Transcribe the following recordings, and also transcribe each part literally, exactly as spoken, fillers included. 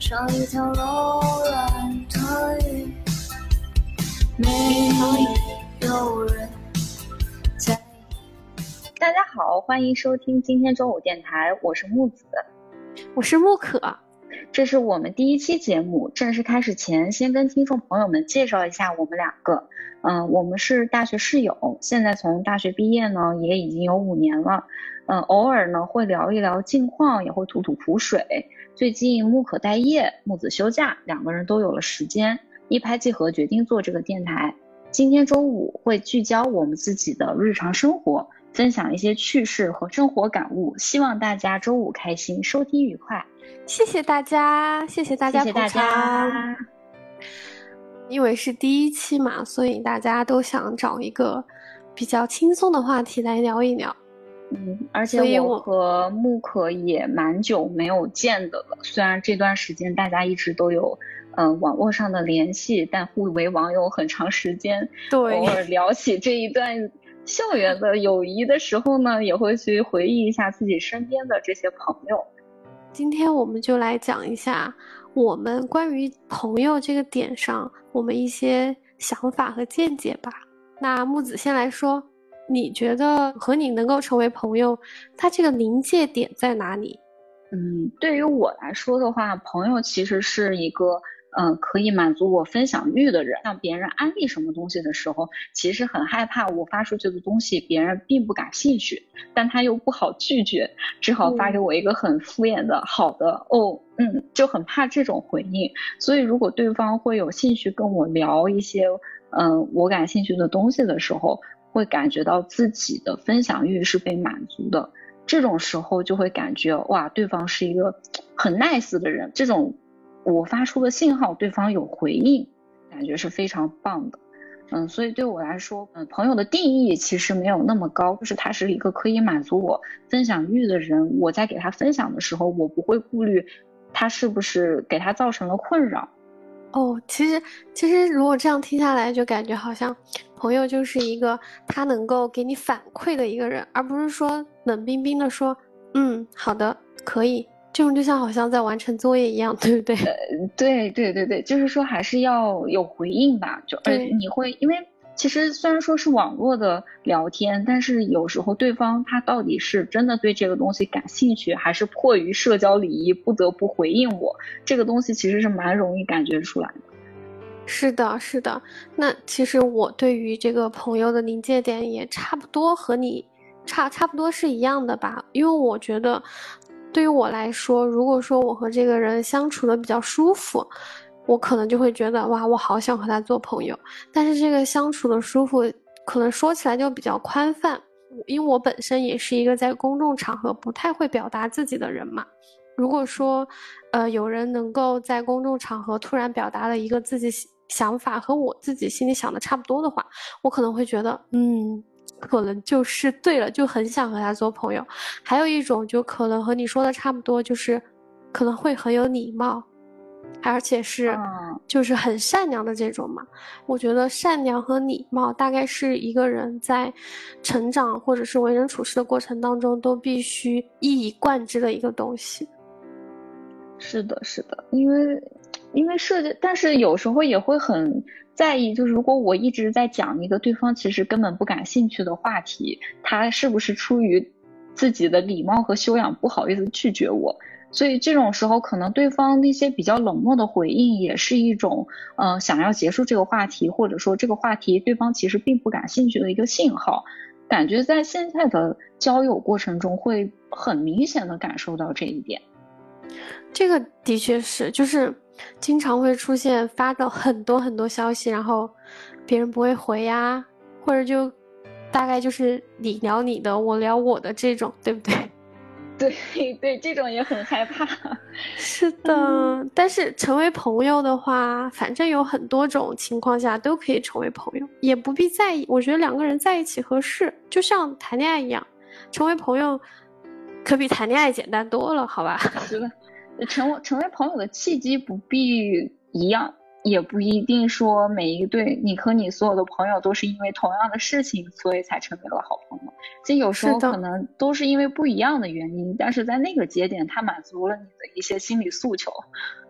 像一条柔软的鱼，没有人在。 大家好，欢迎收听今天中午电台，我是木子， 我是木可。 这是我们第一期节目，正式开始前，先跟听众朋友们介绍一下我们两个。嗯、呃，我们是大学室友，现在从大学毕业呢，也已经有五年了。嗯、呃，偶尔呢会聊一聊近况，也会吐吐苦水。最近木可待业，木子休假，两个人都有了时间，一拍即合，决定做这个电台。今天中午会聚焦我们自己的日常生活，分享一些趣事和生活感悟，希望大家周五开心，收听愉快。 谢谢大家，谢谢大家， 谢谢大家。 因为是第一期嘛，所以大家都想找一个比较轻松的话题来聊一聊。 嗯，而且我和木可也蛮久没有见的了，虽然这段时间大家一直都有呃网络上的联系，但互为网友很长时间， 对， 偶尔聊起这一段校园的友谊的时候呢，也会去回忆一下自己身边的这些朋友。 今天我们就来讲一下我们关于朋友这个点上我们一些想法和见解吧。那木子先来说，你觉得和你能够成为朋友，它这个临界点在哪里？ 嗯，对于我来说的话，朋友其实是一个嗯、呃，可以满足我分享欲的人。向别人安利什么东西的时候，其实很害怕我发出去的东西别人并不感兴趣，但他又不好拒绝，只好发给我一个很敷衍的、嗯、好的哦，嗯，就很怕这种回应。所以如果对方会有兴趣跟我聊一些嗯、呃、我感兴趣的东西的时候，会感觉到自己的分享欲是被满足的。这种时候就会感觉哇，对方是一个很 nice 的人，这种我发出的信号对方有回应，感觉是非常棒的。嗯，所以对我来说，嗯，朋友的定义其实没有那么高，就是他是一个可以满足我分享欲的人，我在给他分享的时候，我不会顾虑他是不是给他造成了困扰。 哦，其实其实如果这样听下来，就感觉好像朋友就是一个他能够给你反馈的一个人，而不是说冷冰冰的说嗯好的可以，这种就像好像在完成作业一样，对不对？ 呃，对对对对，就是说还是要有回应吧，就呃你会因为其实虽然说是网络的聊天，但是有时候对方他到底是真的对这个东西感兴趣，还是迫于社交礼仪不得不回应我，这个东西其实是蛮容易感觉出来的。 是的是的，那其实我对于这个朋友的临界点也差不多和你差差不多是一样的吧。因为我觉得对于我来说，如果说我和这个人相处的比较舒服，我可能就会觉得哇，我好想和他做朋友。但是这个相处的舒服可能说起来就比较宽泛，因为我本身也是一个在公众场合不太会表达自己的人嘛。如果说呃，有人能够在公众场合突然表达了一个自己想法和我自己心里想的差不多的话，我可能会觉得嗯可能就是对了，就很想和他做朋友。还有一种就可能和你说的差不多，就是可能会很有礼貌，而且是就是很善良的这种嘛。我觉得善良和礼貌大概是一个人在成长或者是为人处事的过程当中都必须一以贯之的一个东西。 是的是的，因为因为社交，但是有时候也会很在意，就是如果我一直在讲一个对方其实根本不感兴趣的话题，他是不是出于自己的礼貌和修养不好意思拒绝我。所以这种时候可能对方那些比较冷漠的回应也是一种呃想要结束这个话题，或者说这个话题对方其实并不感兴趣的一个信号。感觉在现在的交友过程中会很明显的感受到这一点。 这个的确是，就是经常会出现发到很多很多消息，然后别人不会回呀，或者就大概就是你聊你的我聊我的这种，对不对？ 对对，这种也很害怕。 是的、嗯、但是成为朋友的话，反正有很多种情况下都可以成为朋友，也不必在意。我觉得两个人在一起合适，就像谈恋爱一样，成为朋友可比谈恋爱简单多了，好吧？ 是的，成为成为朋友的契机不必一样，也不一定说每一对你和你所有的朋友都是因为同样的事情所以才成为了好朋友。其实有时候可能都是因为不一样的原因，但是在那个节点它满足了你的一些心理诉求。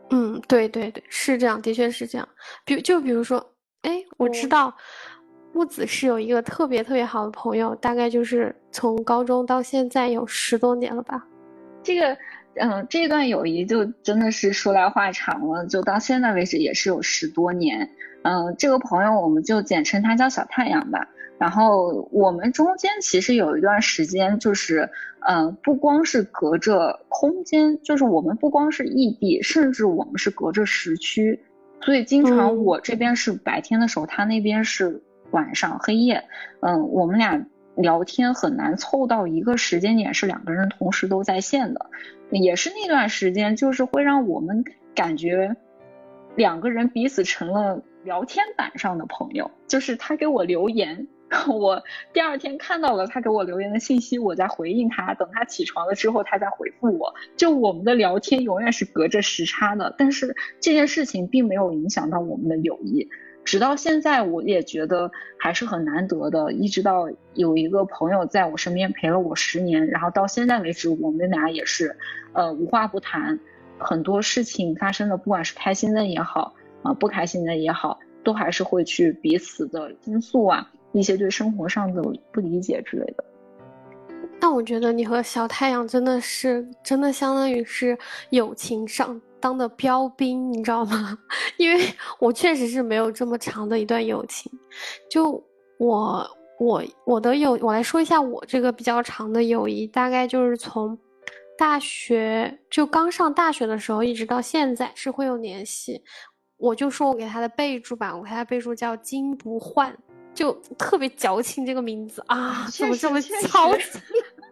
嗯，对对对，是这样，的确是这样。比就比如说，哎，我知我道木子是有一个特别特别好的朋友，大概就是从高中到现在有十多年了吧。 这个，嗯，这段友谊就真的是说来话长了，就到现在为止也是有十多年。嗯，这个朋友我们就简称他叫小太阳吧。然后我们中间其实有一段时间，就是，嗯，不光是隔着空间，就是我们不光是异地，甚至我们是隔着时区，所以经常嗯我这边是白天的时候，他那边是晚上黑夜。嗯，我们俩聊天很难凑到一个时间点是两个人同时都在线的，也是那段时间就是会让我们感觉两个人彼此成了聊天板上的朋友，就是他给我留言，我第二天看到了他给我留言的信息，我再回应他，等他起床了之后他再回复我，就我们的聊天永远是隔着时差的，但是这件事情并没有影响到我们的友谊。直到现在我也觉得还是很难得的，一直到有一个朋友在我身边陪了我十年，然后到现在为止我们俩也是呃无话不谈，很多事情发生的不管是开心的也好啊、呃、不开心的也好，都还是会去彼此的倾诉啊，一些对生活上的不理解之类的。 那我觉得你和小太阳真的是，真的相当于是友情上当的标兵，你知道吗？因为我确实是没有这么长的一段友情。就我我我的友，我来说一下我这个比较长的友谊，大概就是从大学就刚上大学的时候，一直到现在是会有联系。我就说我给他的备注吧，我给他备注叫金不换。就特别矫情这个名字啊，怎么这么矫情？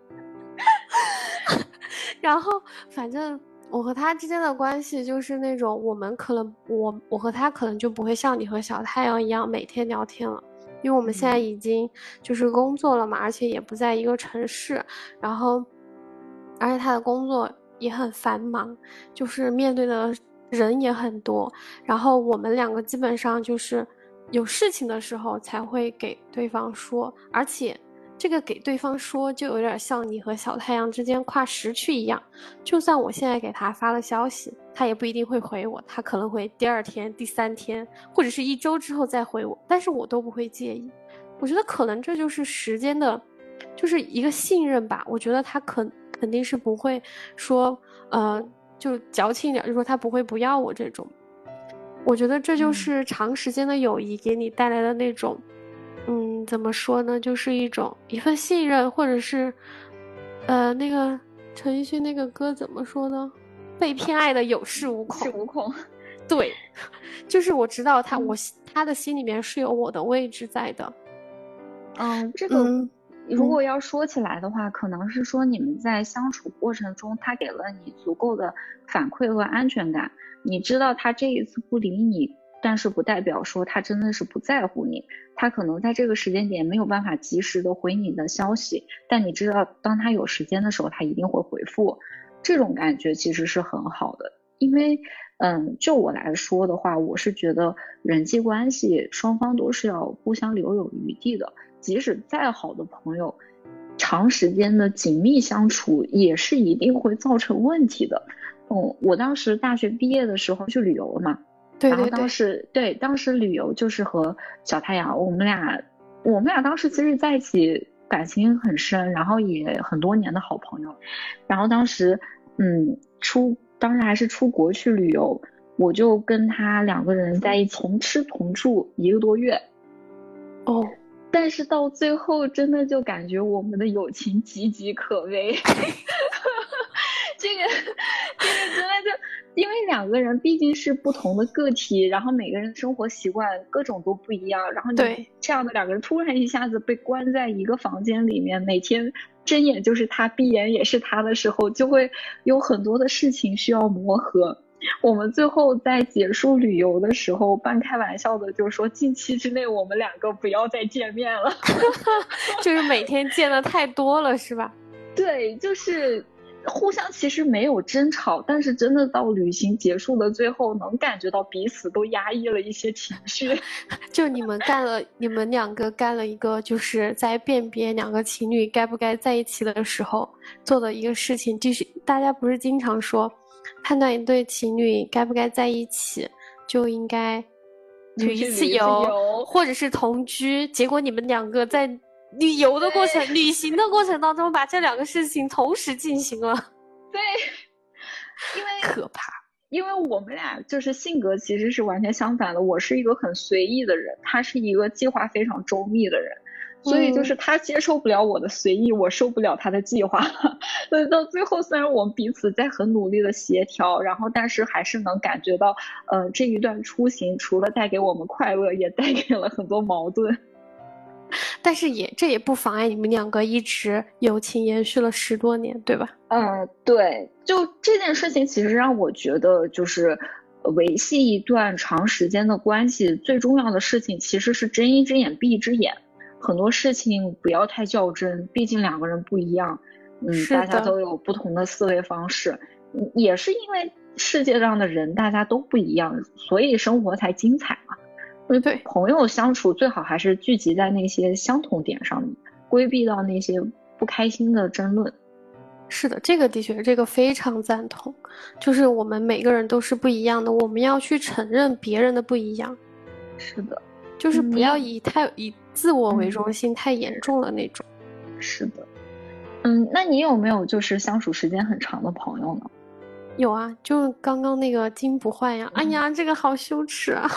然后反正我和他之间的关系就是那种，我们可能我我和他可能就不会像你和小太阳一样每天聊天了，因为我们现在已经就是工作了嘛，而且也不在一个城市，然后而且他的工作也很繁忙，就是面对的人也很多，然后我们两个基本上就是有事情的时候才会给对方说，而且这个给对方说就有点像你和小太阳之间跨时区一样，就算我现在给他发了消息，他也不一定会回我，他可能会第二天、第三天或者是一周之后再回我，但是我都不会介意。我觉得可能这就是时间的，就是一个信任吧。我觉得他肯肯定是不会说呃就矫情一点，就说他不会不要我这种。我觉得这就是长时间的友谊给你带来的那种嗯怎么说呢，就是一种一份信任，或者是呃那个陈奕迅那个歌怎么说呢，被偏爱的有恃无恐。 是无恐。 对，就是我知道他我他的心里面是有我的位置在的。 嗯，这个、 嗯、 如果要说起来的话、嗯、可能是说你们在相处过程中他给了你足够的反馈和安全感，你知道他这一次不理你，但是不代表说他真的是不在乎你，他可能在这个时间点没有办法及时的回你的消息，但你知道当他有时间的时候他一定会回复，这种感觉其实是很好的。因为嗯，就我来说的话，我是觉得人际关系双方都是要互相留有余地的，即使再好的朋友，长时间的紧密相处也是一定会造成问题的。嗯，我当时大学毕业的时候去旅游了嘛， 对对对， 然后当时对当时旅游就是和小太阳，我们俩我们俩当时其实在一起感情很深，然后也很多年的好朋友。然后当时嗯出当时还是出国去旅游，我就跟他两个人在一起同吃同住一个多月。 哦， 但是到最后真的就感觉我们的友情岌岌可危。这个这个真的就因为两个人毕竟是不同的个体，然后每个人的生活习惯各种都不一样，然后你这样的两个人突然一下子被关在一个房间里面，每天睁眼就是他闭眼也是他的时候，就会有很多的事情需要磨合。我们最后在结束旅游的时候半开玩笑的就说近期之内我们两个不要再见面了。 就是每天见的太多了是吧？ 对，就是互相其实没有争吵，但是真的到旅行结束的最后能感觉到彼此都压抑了一些情绪。 就你们干了你们两个干了一个就是在辨别两个情侣该不该在一起的时候做的一个事情，就是大家不是经常说判断一对情侣该不该在一起，就应该旅一次旅游， 游或者是同居。结果你们两个在旅游的过程、旅行的过程当中，把这两个事情同时进行了。 对，因为可怕。 因为我们俩就是性格其实是完全相反的，我是一个很随意的人，他是一个计划非常周密的人，所以就是他接受不了我的随意，我受不了他的计划。所以到最后，虽然我们彼此在很努力的协调，然后但是还是能感觉到，呃，这一段出行除了带给我们快乐，也带给了很多矛盾。 但是也这也不妨碍你们两个一直友情延续了十多年，对吧？ 嗯，对，就这件事情其实让我觉得，就是维系一段长时间的关系，最重要的事情其实是睁一只眼闭一只眼。很多事情不要太较真，毕竟两个人不一样，嗯，大家都有不同的思维方式，也是因为世界上的人大家都不一样，所以生活才精彩嘛。 对， 朋友相处最好还是聚集在那些相同点上面，规避到那些不开心的争论。 是的，这个的确，这个非常赞同。就是我们每个人都是不一样的，我们要去承认别人的不一样。 是的， 就是不要以太、嗯、以自我为中心、嗯、太严重了那种。 是的，嗯，那你有没有就是相处时间很长的朋友呢？ 有啊，就刚刚那个金不换呀，嗯、哎呀，这个好羞耻啊！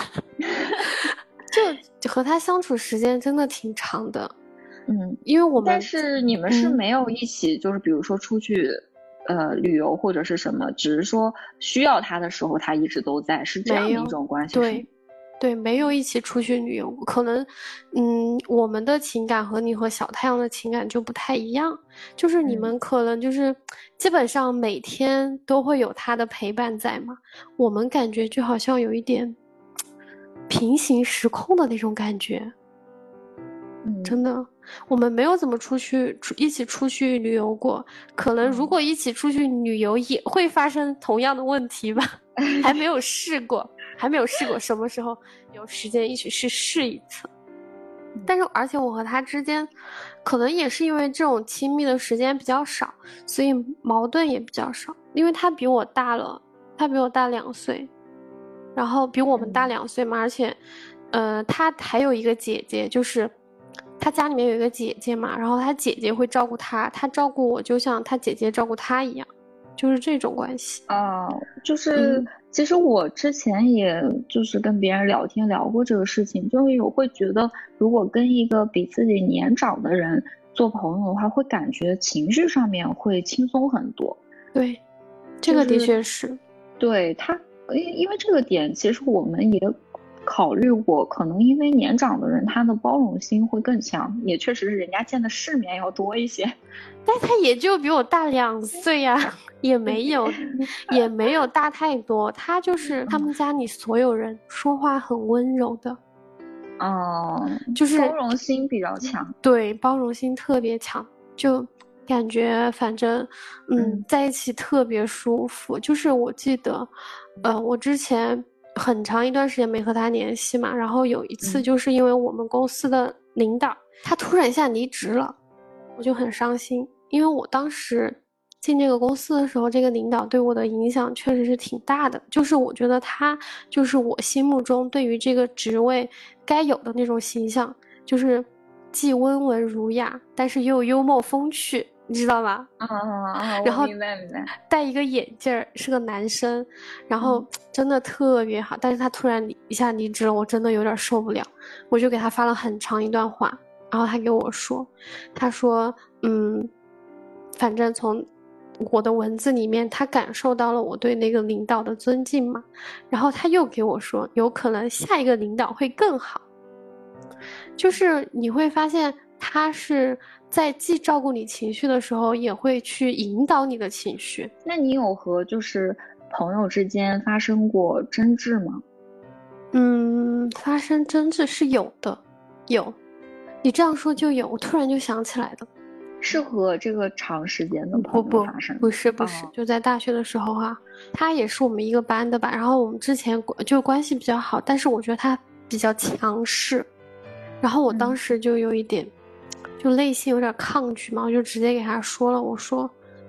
就和他相处时间真的挺长的， 嗯， 因为我们但是你们是没有一起，嗯、就是比如说出去，呃，旅游或者是什么，只是说需要他的时候他一直都在，是这样的一种关系。 对，对，没有一起出去旅游，可能，嗯，我们的情感和你和小太阳的情感就不太一样，就是你们可能就是基本上每天都会有他的陪伴在嘛，我们感觉就好像有一点平行时空的那种感觉。 嗯， 真的，我们没有怎么出去一起出去旅游过，可能如果一起出去旅游也会发生同样的问题吧，还没有试过。还没有试过，什么时候有时间一起去试一次。但是而且我和他之间可能也是因为这种亲密的时间比较少，所以矛盾也比较少，因为他比我大了，他比我大两岁，然后比我们大两岁嘛，而且呃他还有一个姐姐，就是他家里面有一个姐姐嘛，然后他姐姐会照顾他，他照顾我就像他姐姐照顾他一样，就是这种关系啊、呃，就是、嗯、其实我之前也就是跟别人聊天聊过这个事情，就是我会觉得，如果跟一个比自己年长的人做朋友的话，会感觉情绪上面会轻松很多。 对，这个的确是。 就是、对他，因因为这个点，其实我们也考虑过，可能因为年长的人他的包容心会更强，也确实是人家见的世面要多一些。 但他也就比我大两岁呀、啊，也没有，也没有大太多。他就是他们家里所有人说话很温柔的， 哦、 嗯，就是包容心比较强。 对，包容心特别强，就感觉反正嗯，嗯在一起特别舒服。就是我记得，呃，我之前很长一段时间没和他联系嘛，然后有一次就是因为我们公司的领导、嗯、他突然一下离职了。我就很伤心，因为我当时进这个公司的时候，这个领导对我的影响确实是挺大的，就是我觉得他就是我心目中对于这个职位该有的那种形象，就是既温文儒雅，但是又幽默风趣，你知道吗？ 啊啊啊！ 然后明白明白， 戴一个眼镜，是个男生，然后真的特别好，但是他突然一下离职了，我真的有点受不了，我就给他发了很长一段话。然后他给我说，他说嗯反正从我的文字里面他感受到了我对那个领导的尊敬嘛，然后他又给我说有可能下一个领导会更好，就是你会发现他是在既照顾你情绪的时候也会去引导你的情绪。 那你有和就是朋友之间发生过争执吗？ 嗯，发生争执是有的，有。你这样说就有，我突然就想起来了， 是和这个长时间的朋友发生？ 不不不是不是、哦，就在大学的时候啊，他也是我们一个班的吧，然后我们之前就关系比较好，但是我觉得他比较强势，然后我当时就有一点、嗯、就内心有点抗拒嘛，我就直接给他说了，我说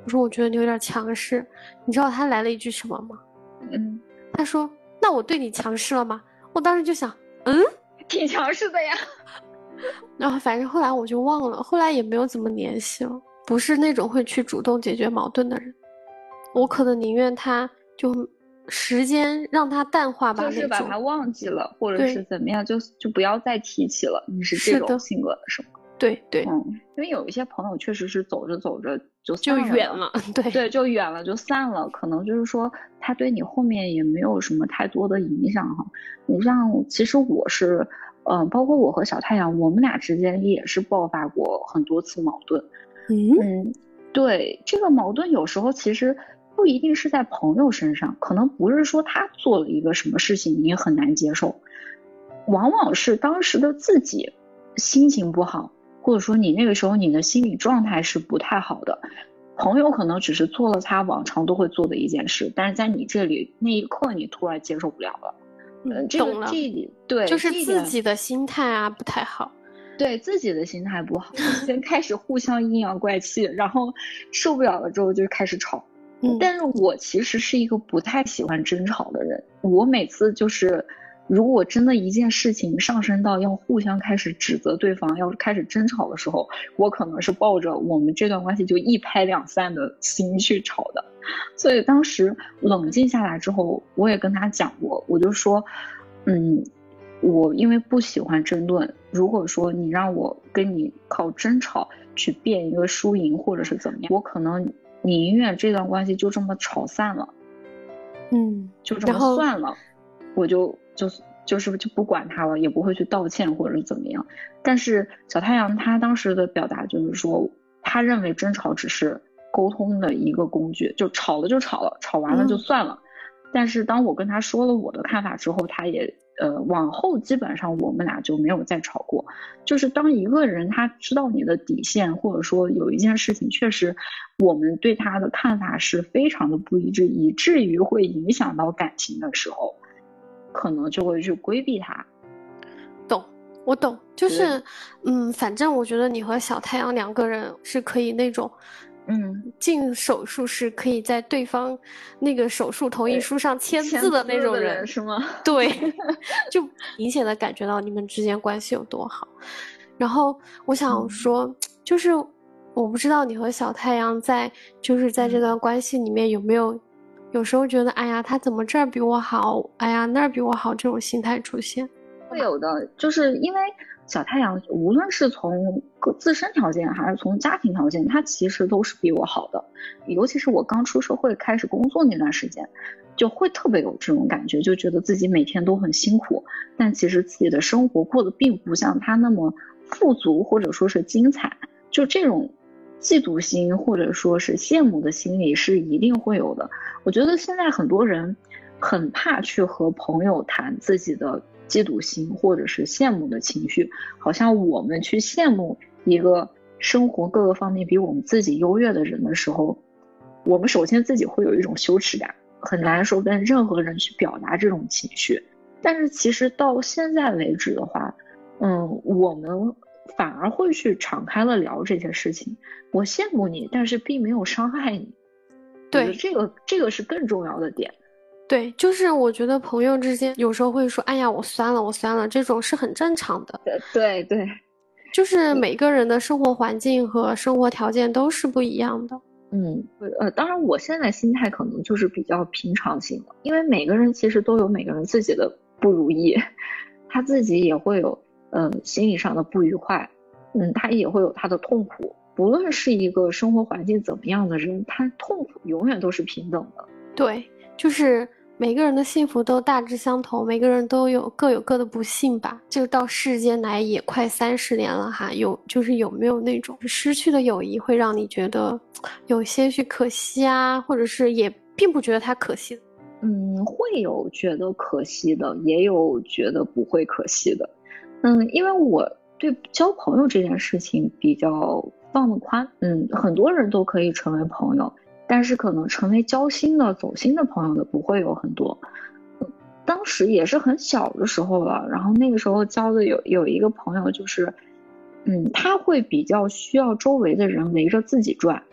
我说我觉得你有点强势。你知道他来了一句什么吗？ 嗯， 他说那我对你强势了吗？我当时就想嗯， 挺强势的呀。 然后反正后来我就忘了，后来也没有怎么联系了，不是那种会去主动解决矛盾的人。我可能宁愿他就时间让他淡化吧， 就是把他忘记了，或者是怎么样，就就不要再提起了。你是这种性格的是吗？ 对对， 嗯，因为有一些朋友确实是走着走着就就远了，对对，就远了就散了，可能就是说他对你后面也没有什么太多的影响哈。你像其实我是，嗯、呃，包括我和小太阳，我们俩之间也是爆发过很多次矛盾。 嗯嗯，对，这个矛盾有时候其实不一定是在朋友身上，可能不是说他做了一个什么事情你很难接受，往往是当时的自己心情不好，或者说你那个时候你的心理状态是不太好的，朋友可能只是做了他往常都会做的一件事，但是在你这里那一刻你突然接受不了了。 嗯， 这个懂了， 这对， 就是自己的心态啊不太好。 对自己的心态不好，先开始互相阴阳怪气，然后受不了了之后就开始吵。 嗯， 但是我其实是一个不太喜欢争吵的人，我每次就是如果真的一件事情上升到要互相开始指责对方，要开始争吵的时候，我可能是抱着我们这段关系就一拍两散的心去吵的。所以当时冷静下来之后，我也跟他讲过，我就说嗯我因为不喜欢争论，如果说你让我跟你靠争吵去辩一个输赢或者是怎么样，我可能宁愿这段关系就这么吵散了， 嗯， 就这么算了，我就就就是就不管他了，也不会去道歉或者是怎么样。但是小太阳他当时的表达就是说，他认为争吵只是沟通的一个工具，就吵了就吵了，吵完了就算了。嗯、但是当我跟他说了我的看法之后，他也呃往后基本上我们俩就没有再吵过。就是当一个人他知道你的底线，或者说有一件事情确实我们对他的看法是非常的不一致，以至于会影响到感情的时候，可能就会去规避他。 懂，我懂，就是嗯，反正我觉得你和小太阳两个人是可以那种嗯， 进手术室可以在对方那个手术同意书上签字的那种人， 人是吗？ 对，就明显的感觉到你们之间关系有多好。然后我想说，嗯、就是我不知道你和小太阳在就是在这段关系里面有没有有时候觉得哎呀他怎么这儿比我好，哎呀那儿比我好这种心态出现。 会有的，就是因为小太阳无论是从自身条件还是从家庭条件，他其实都是比我好的。尤其是我刚出社会开始工作那段时间，就会特别有这种感觉，就觉得自己每天都很辛苦，但其实自己的生活过得并不像他那么富足或者说是精彩。就这种嫉妒心或者说是羡慕的心理是一定会有的。我觉得现在很多人很怕去和朋友谈自己的嫉妒心或者是羡慕的情绪，好像我们去羡慕一个生活各个方面比我们自己优越的人的时候，我们首先自己会有一种羞耻感，很难说跟任何人去表达这种情绪。但是其实到现在为止的话，嗯，我们反而会去敞开了聊这些事情。我羡慕你，但是并没有伤害你。 对， 这个这个是更重要的点。 对，就是我觉得朋友之间有时候会说哎呀我酸了我酸了，这种是很正常的。 对对， 就是每个人的生活环境和生活条件都是不一样的。 嗯，呃，当然我现在心态可能就是比较平常心了，因为每个人其实都有每个人自己的不如意，他自己也会有呃心理上的不愉快，嗯，他也会有他的痛苦。不论是一个生活环境怎么样的人，他痛苦永远都是平等的。 对，就是每个人的幸福都大致相同，每个人都有各有各的不幸吧。就到世间来也快三十年了哈，有就是有没有那种失去的友谊会让你觉得有些许可惜啊，或者是也并不觉得它可惜？ 嗯，会有觉得可惜的，也有觉得不会可惜的。嗯，因为我对交朋友这件事情比较放得宽，嗯，很多人都可以成为朋友。但是可能成为交心的走心的朋友的不会有很多。当时也是很小的时候了，然后那个时候交的有有一个朋友，就是嗯他会比较需要周围的人围着自己转，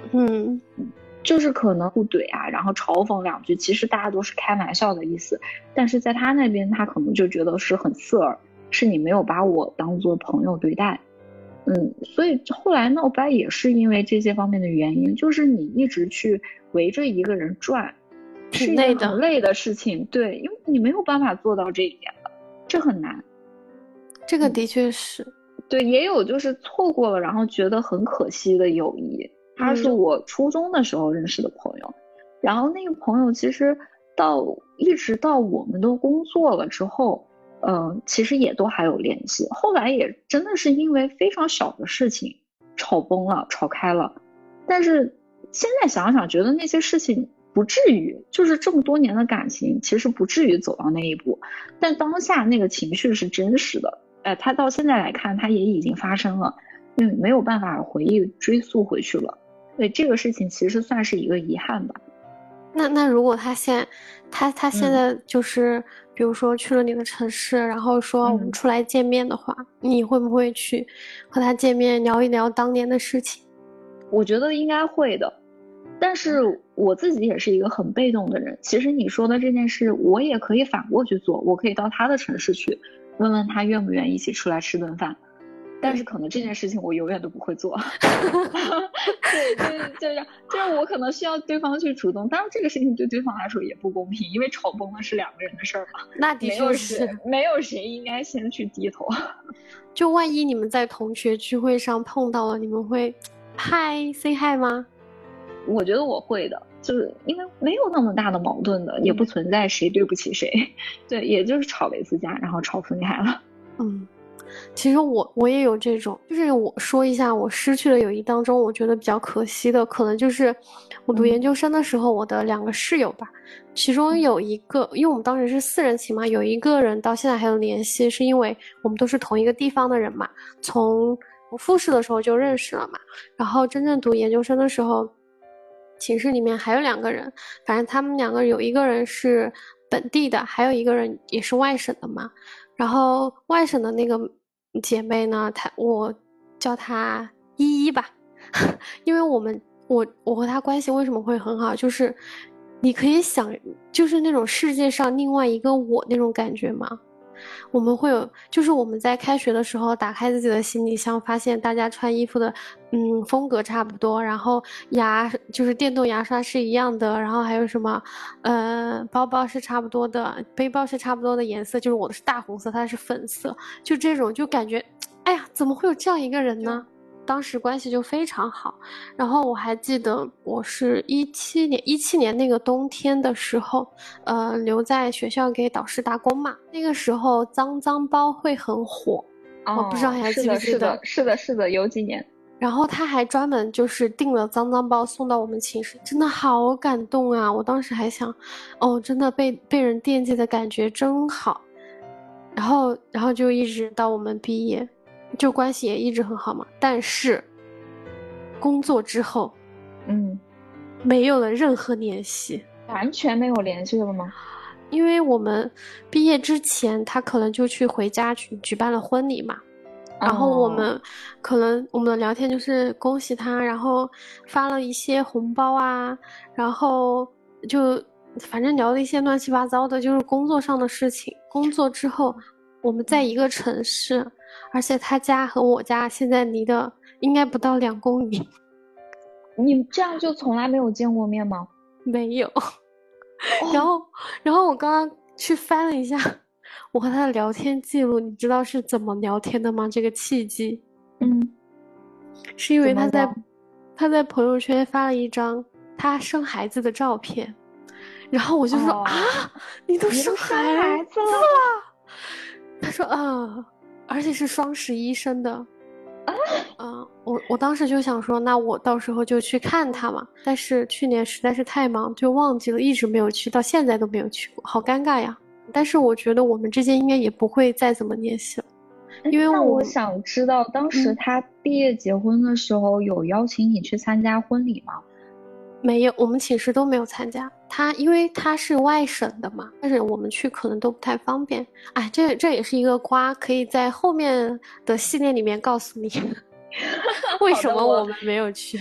嗯， 就是可能互怼啊，然后嘲讽两句，其实大家都是开玩笑的意思，但是在他那边，他可能就觉得是很刺耳，是你没有把我当做朋友对待。嗯，所以后来闹掰也是因为这些方面的原因，就是你一直去围着一个人转，是一件很累的事情。对，因为你没有办法做到这一点的，这很难。 这个的确是、嗯、 对，也有就是错过了，然后觉得很可惜的友谊。他是我初中的时候认识的朋友，嗯、然后那个朋友其实到一直到我们都工作了之后。嗯、呃，其实也都还有联系，后来也真的是因为非常小的事情吵崩了，吵开了。但是现在想想，觉得那些事情不至于，就是这么多年的感情，其实不至于走到那一步。但当下那个情绪是真实的，哎，他到现在来看，他也已经发生了，嗯，没有办法回忆追溯回去了。对，这个事情其实算是一个遗憾吧。 那那如果他现他他现在就是、嗯、比如说去了你的城市，然后说我们出来见面的话、嗯、你会不会去和他见面聊一聊当年的事情？ 我觉得应该会的，但是我自己也是一个很被动的人。其实你说的这件事我也可以反过去做，我可以到他的城市去问问他愿不愿意一起出来吃顿饭，但是可能这件事情我永远都不会做。对对对，就是就是我可能需要对方去主动，当然这个事情对对方来说也不公平，因为吵崩了是两个人的事儿嘛。 那的确是， 没有谁应该先去低头。 就万一你们在同学聚会上碰到了，你们会嗨 say hi 吗？ 我觉得我会的，就是因为没有那么大的矛盾的，也不存在谁对不起谁。对，也就是吵了一次架，然后吵分开了。 嗯。其实我我也有这种，就是我说一下我失去的友谊当中，我觉得比较可惜的，可能就是我读研究生的时候，我的两个室友吧，其中有一个，因为我们当时是四人寝嘛，有一个人到现在还有联系，是因为我们都是同一个地方的人嘛，从我复试的时候就认识了嘛，然后真正读研究生的时候，寝室里面还有两个人，反正他们两个有一个人是本地的，还有一个人也是外省的嘛，然后外省的那个姐妹呢，她我叫她依依吧，因为我们我我和她关系为什么会很好，就是你可以想，就是那种世界上另外一个我那种感觉吗？我们会有，就是我们在开学的时候打开自己的行李箱，发现大家穿衣服的嗯风格差不多，然后牙就是电动牙刷是一样的，然后还有什么呃包包是差不多的，背包是差不多的颜色，就是我的是大红色，它是粉色，就这种就感觉哎呀怎么会有这样一个人呢？当时关系就非常好，然后我还记得我是一七年一七年那个冬天的时候，呃，留在学校给导师打工嘛。那个时候脏脏包会很火， 哦、 我不知道还记不记得？ 是的，是的，是的，有几年。 然后他还专门就是订了脏脏包送到我们寝室，真的好感动啊！我当时还想，哦，真的被被人惦记的感觉真好。然后，然后就一直到我们毕业。就关系也一直很好嘛，但是工作之后， 嗯， 没有了任何联系， 完全没有联系了吗？ 因为我们毕业之前，他可能就去回家去举办了婚礼嘛，然后我们、哦、可能我们的聊天就是恭喜他，然后发了一些红包啊，然后就反正聊了一些乱七八糟的，就是工作上的事情。工作之后，我们在一个城市。而且他家和我家现在离的应该不到两公里。 你这样就从来没有见过面吗？ 没有。然后，然后我刚刚去翻了一下我和他的聊天记录，你知道是怎么聊天的吗？这个契机， 嗯， 是因为他在他在朋友圈发了一张他生孩子的照片，然后我就说、哦、啊，你都生孩子了？他说啊。而且是双十一生的，啊，嗯，我我当时就想说，那我到时候就去看他嘛。但是去年实在是太忙，就忘记了，一直没有去，到现在都没有去过，好尴尬呀。但是我觉得我们之间应该也不会再怎么联系了，因为我那我想知道，当时他毕业结婚的时候、嗯、有邀请你去参加婚礼吗？ 没有，我们寝室都没有参加。他因为他是外省的嘛，但是我们去可能都不太方便。哎，这这也是一个瓜，可以在后面的系列里面告诉你为什么我们没有去。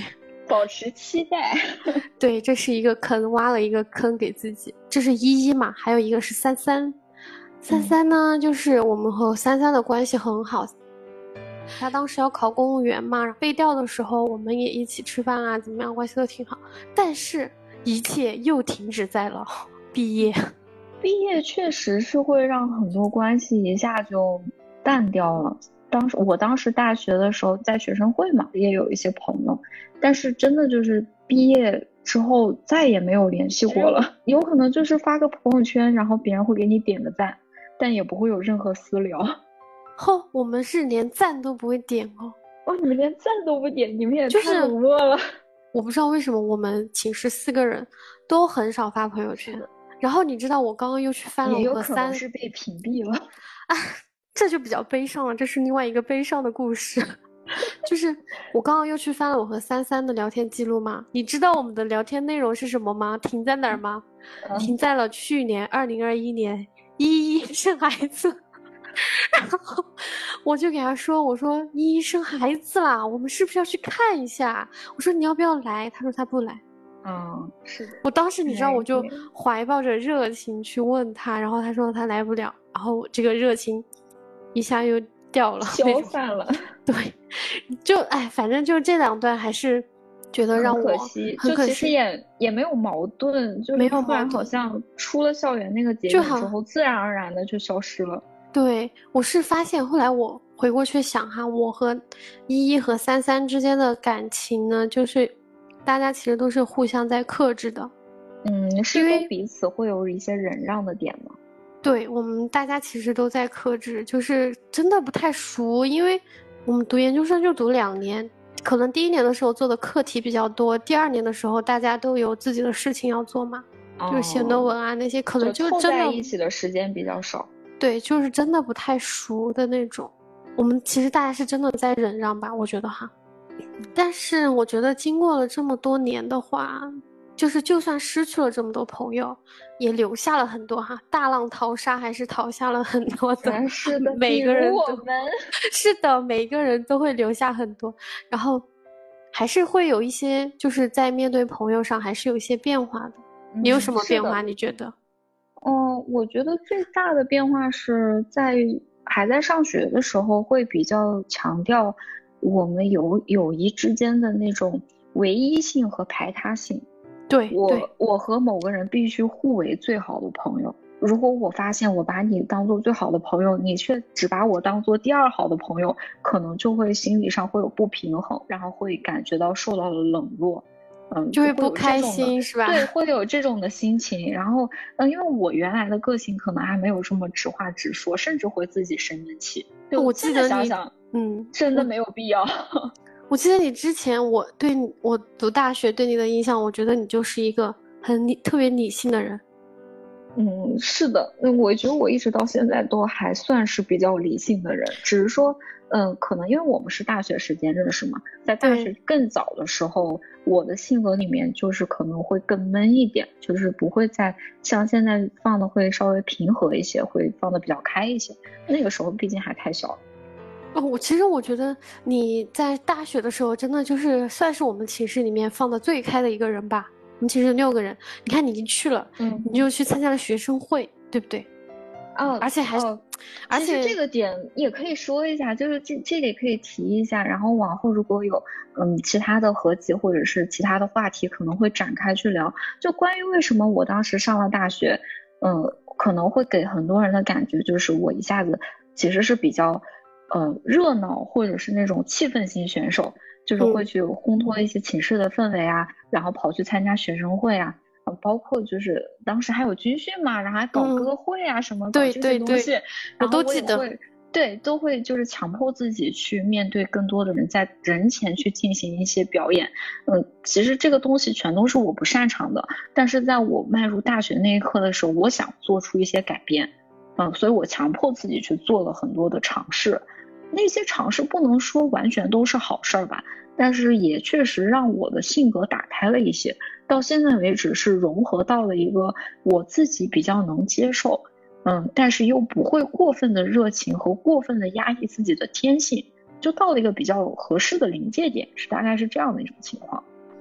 保持期待。 对，这是一个坑，挖了一个坑给自己。这是依依嘛，还有一个是三三。三三呢，嗯、就是我们和三三的关系很好。他当时要考公务员嘛，背调的时候我们也一起吃饭啊，怎么样，关系都挺好。但是一切又停止在了毕业。 毕业确实是会让很多关系一下就淡掉了。当时我当时大学的时候在学生会嘛，也有一些朋友，但是真的就是毕业之后再也没有联系过了。有可能就是发个朋友圈，然后别人会给你点个赞，但也不会有任何私聊。 哦，我们是连赞都不会点哦。 哦，你们连赞都不点，你们也太冷漠了。 就是、我不知道为什么我们寝室四个人都很少发朋友圈。然后你知道我刚刚又去翻了我和三，也有可能是被屏蔽了。 啊，这就比较悲伤了，这是另外一个悲伤的故事。就是我刚刚又去翻了我和三三的聊天记录嘛，你知道我们的聊天内容是什么吗？停在哪儿吗？嗯、停在了去年二零二一年依依生孩子。然后我就给他说，我说依依生孩子啦，我们是不是要去看一下？我说你要不要来？他说他不来。 嗯，是的。 我当时你知道，我就怀抱着热情去问他，然后他说他来不了，然后这个热情一下又掉了， 消散了。 对，就哎，反正就这两段还是觉得让我很可惜，就其实也也没有矛盾，就是突然好像出了校园那个节点之后，自然而然的就消失了。 对，我是发现后来我回过去想哈，我和依依和三三之间的感情呢，就是大家其实都是互相在克制的。 嗯，是都彼此会有一些忍让的点吗？ 对，我们大家其实都在克制，就是真的不太熟，因为我们读研究生就读两年，可能第一年的时候做的课题比较多，第二年的时候大家都有自己的事情要做嘛，哦、就是写论文啊那些，可能就真的凑在一起的时间比较少。 对，就是真的不太熟的那种。我们其实大家是真的在忍让吧，我觉得哈。但是我觉得经过了这么多年的话，就是就算失去了这么多朋友，也留下了很多哈。大浪淘沙还是淘下了很多的， 是的， 每个人我们是的，每个人都会留下很多，然后还是会有一些，就是在面对朋友上还是有一些变化的。你有什么变化？你觉得？ 嗯，我觉得最大的变化是在还在上学的时候，会比较强调我们友友谊之间的那种唯一性和排他性。 对， 我我和某个人必须互为最好的朋友。如果我发现我把你当做最好的朋友，你却只把我当做第二好的朋友，可能就会心理上会有不平衡，然后会感觉到受到了冷落。嗯， 就会不开心是吧？ 对，会有这种的心情。然后，嗯，因为我原来的个性可能还没有这么直话直说，甚至会自己生闷气。对， 我记得你想想， 嗯， 真的没有必要。 我记得你之前，我对你，我读大学对你的印象，我觉得你就是一个很理、特别理性的人。 嗯，是的，那我觉得我一直到现在都还算是比较理性的人，只是说，嗯，可能因为我们是大学时间认识嘛，在大学更早的时候，我的性格里面就是可能会更闷一点，就是不会再像现在放的会稍微平和一些，会放的比较开一些。那个时候毕竟还太小了。 哦，我其实我觉得你在大学的时候，真的就是算是我们寝室里面放的最开的一个人吧。我们寝室六个人，你看你已经去了， 嗯， 你就去参加了学生会，对不对？ 哦， 而且还， 哦、 而且这个点也可以说一下，就是这这里可以提一下，然后往后如果有嗯其他的合集或者是其他的话题，可能会展开去聊。就关于为什么我当时上了大学，嗯，可能会给很多人的感觉就是我一下子其实是比较呃热闹或者是那种气氛型选手。就是会去烘托一些寝室的氛围啊，嗯、然后跑去参加学生会啊，呃、包括就是当时还有军训嘛，然后还搞歌会啊、嗯、什么搞这些东西， 对对对， 我都记得。 对，都会就是强迫自己去面对更多的人，在人前去进行一些表演。嗯，其实这个东西全都是我不擅长的，但是在我迈入大学那一刻的时候，我想做出一些改变，嗯，所以我强迫自己去做了很多的尝试。那些尝试不能说完全都是好事儿吧，但是也确实让我的性格打开了一些，到现在为止是融合到了一个我自己比较能接受，嗯，但是又不会过分的热情和过分的压抑自己的天性，就到了一个比较合适的临界点，是大概是这样的一种情况。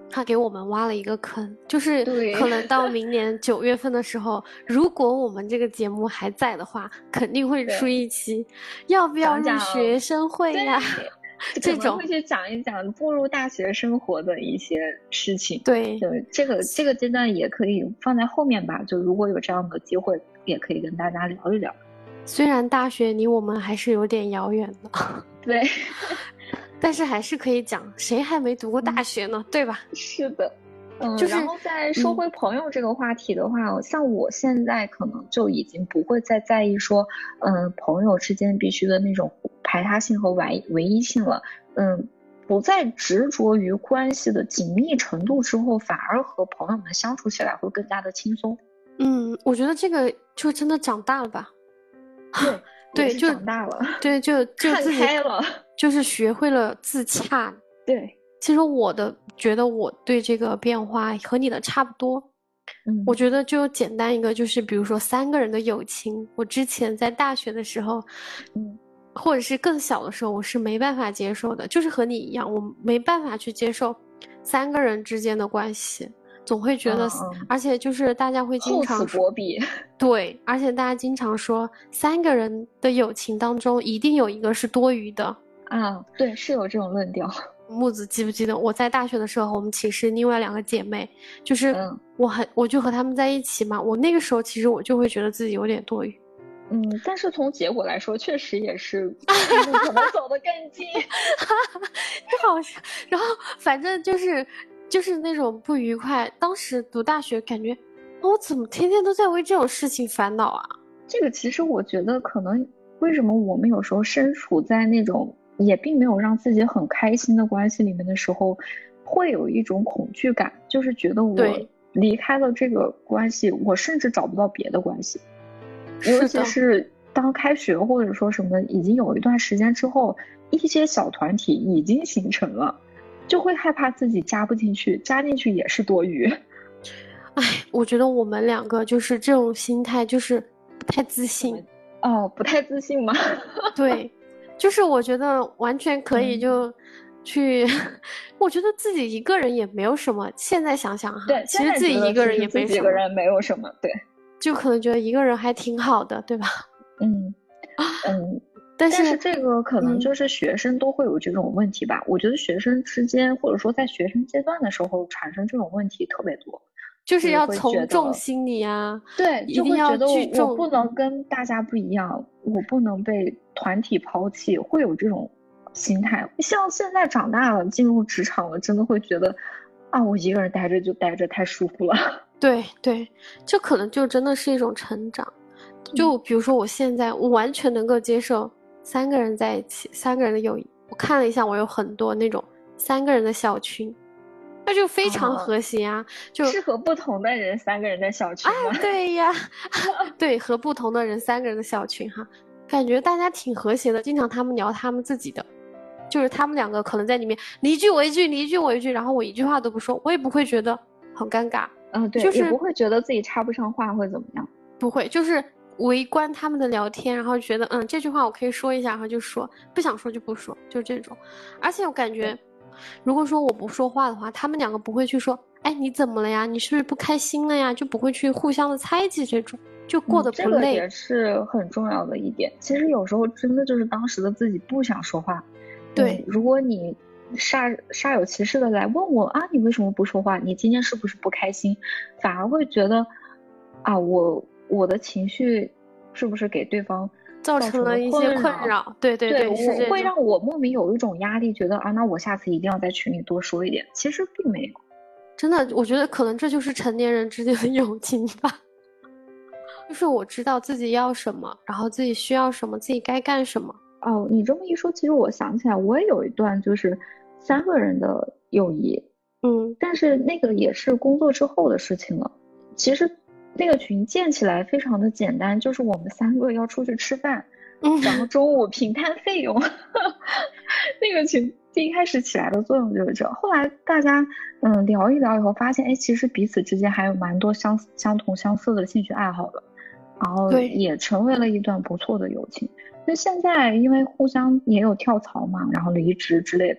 他给我们挖了一个坑，就是对可能到明年九月份的时候，如果我们这个节目还在的话，肯定会出一期要不要入讲讲学生会呀这种会去讲一讲步入大学生活的一些事情。 对， 对，这个这个阶段也可以放在后面吧，就如果有这样的机会，也可以跟大家聊一聊。 虽然大学离我们还是有点遥远的， 对， 但是还是可以讲，谁还没读过大学呢？嗯、对吧？ 是的。嗯， 就是然后再说回朋友这个话题的话、嗯、像我现在可能就已经不会再在意说嗯，朋友之间必须的那种排他性和唯唯一性了。嗯，不再执着于关系的紧密程度之后，反而和朋友们相处起来会更加的轻松。 嗯，我觉得这个就真的长大了吧。 对对，就长大了。 对，就就自己看开了， 就是学会了自洽。 对， 其实我的觉得我对这个变化和你的差不多。 嗯， 我觉得就简单一个，就是比如说三个人的友情，我之前在大学的时候， 嗯， 或者是更小的时候，我是没办法接受的，就是和你一样，我没办法去接受三个人之间的关系。总会觉得、嗯、而且就是大家会经常厚此薄彼。 对，而且大家经常说三个人的友情当中一定有一个是多余的啊，对，是有这种论调。 木子记不记得我在大学的时候，我们寝室另外两个姐妹，就是我很、嗯、我就和她们在一起嘛，我那个时候其实我就会觉得自己有点多余。 嗯，但是从结果来说，确实也是不可能走得更近。 好笑，然后反正就是就是那种不愉快。当时读大学感觉我怎么天天都在为这种事情烦恼啊。 这个其实我觉得可能为什么我们有时候身处在那种也并没有让自己很开心的关系里面的时候，会有一种恐惧感，就是觉得我离开了这个关系，我甚至找不到别的关系。尤其是当开学或者说什么已经有一段时间之后，一些小团体已经形成了，就会害怕自己加不进去，加进去也是多余。 哎，我觉得我们两个就是这种心态，就是不太自信。 哦，不太自信吗？ 对，就是我觉得完全可以就去、嗯、我觉得自己一个人也没有什么，现在想想哈， 对， 其实自己一个人也没什么， 一个人没有什么，对， 就可能觉得一个人还挺好的，对吧？ 嗯嗯， 但是但是这个可能就是学生都会有这种问题吧、嗯、我觉得学生之间或者说在学生阶段的时候产生这种问题特别多， 就是要从众心理啊， 对， 一定要聚众， 我不能跟大家不一样，我不能被团体抛弃，会有这种心态。像现在长大了进入职场了，真的会觉得啊，我一个人待着就待着太舒服了。 对对，这可能就真的是一种成长。就比如说我现在我完全能够接受三个人在一起，三个人的友谊。我看了一下，我有很多那种三个人的小群，那就非常和谐啊、哦、就适合不同的人三个人的小群吗？ 啊，对呀对，和不同的人三个人的小群哈，感觉大家挺和谐的，经常他们聊他们自己的，就是他们两个可能在里面你一句我一句，你一句我一句，然后我一句话都不说，我也不会觉得很尴尬。 嗯、呃，对， 就是也不会觉得自己插不上话会怎么样， 不会，就是围观他们的聊天，然后觉得嗯这句话我可以说一下，然后就说，不想说就不说，就这种。而且我感觉如果说我不说话的话，他们两个不会去说哎你怎么了呀，你是不是不开心了呀，就不会去互相的猜忌，这种就过得不累、嗯、 这个也是很重要的一点。其实有时候真的就是当时的自己不想说话， 对、 嗯、如果你煞煞有其事的来问我啊，你为什么不说话，你今天是不是不开心，反而会觉得啊我我的情绪是不是给对方造成了一些困扰，对对对, 对是我会让我莫名有一种压力，觉得啊那我下次一定要在群里多说一点，其实并没有。 真的我觉得可能这就是成年人之间的友情吧，就是我知道自己要什么，然后自己需要什么，自己该干什么。 哦，你这么一说，其实我想起来我也有一段就是三个人的友谊， 嗯， 但是那个也是工作之后的事情了。其实那个群建起来非常的简单，就是我们三个要出去吃饭， 嗯， 然后中午平摊费用那个群第一开始起来的作用就是这，后来大家嗯聊一聊以后发现，哎，其实彼此之间还有蛮多相相同相似的兴趣爱好的，然后也成为了一段不错的友情。那现在因为互相也有跳槽嘛，然后离职之类的，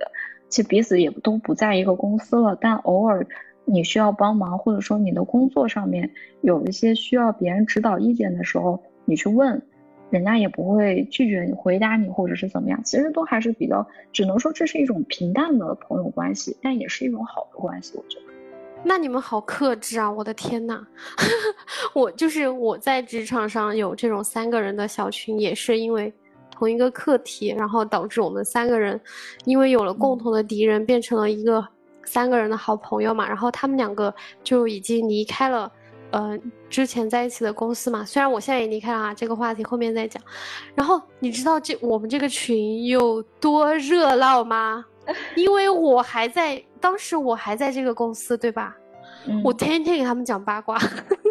其实彼此也都不在一个公司了，但偶尔你需要帮忙，或者说你的工作上面有一些需要别人指导意见的时候，你去问，人家也不会拒绝你回答你或者是怎么样，其实都还是比较，只能说这是一种平淡的朋友关系，但也是一种好的关系，我觉得。 那你们好克制啊！我的天呐，我就是我在职场上有这种三个人的小群，也是因为同一个课题，然后导致我们三个人因为有了共同的敌人，变成了一个三个人的好朋友嘛。然后他们两个就已经离开了呃之前在一起的公司嘛，虽然我现在也离开了啊，这个话题后面再讲。然后你知道这我们这个群有多热闹吗？因为我还在当时我还在这个公司对吧、嗯、我天天给他们讲八卦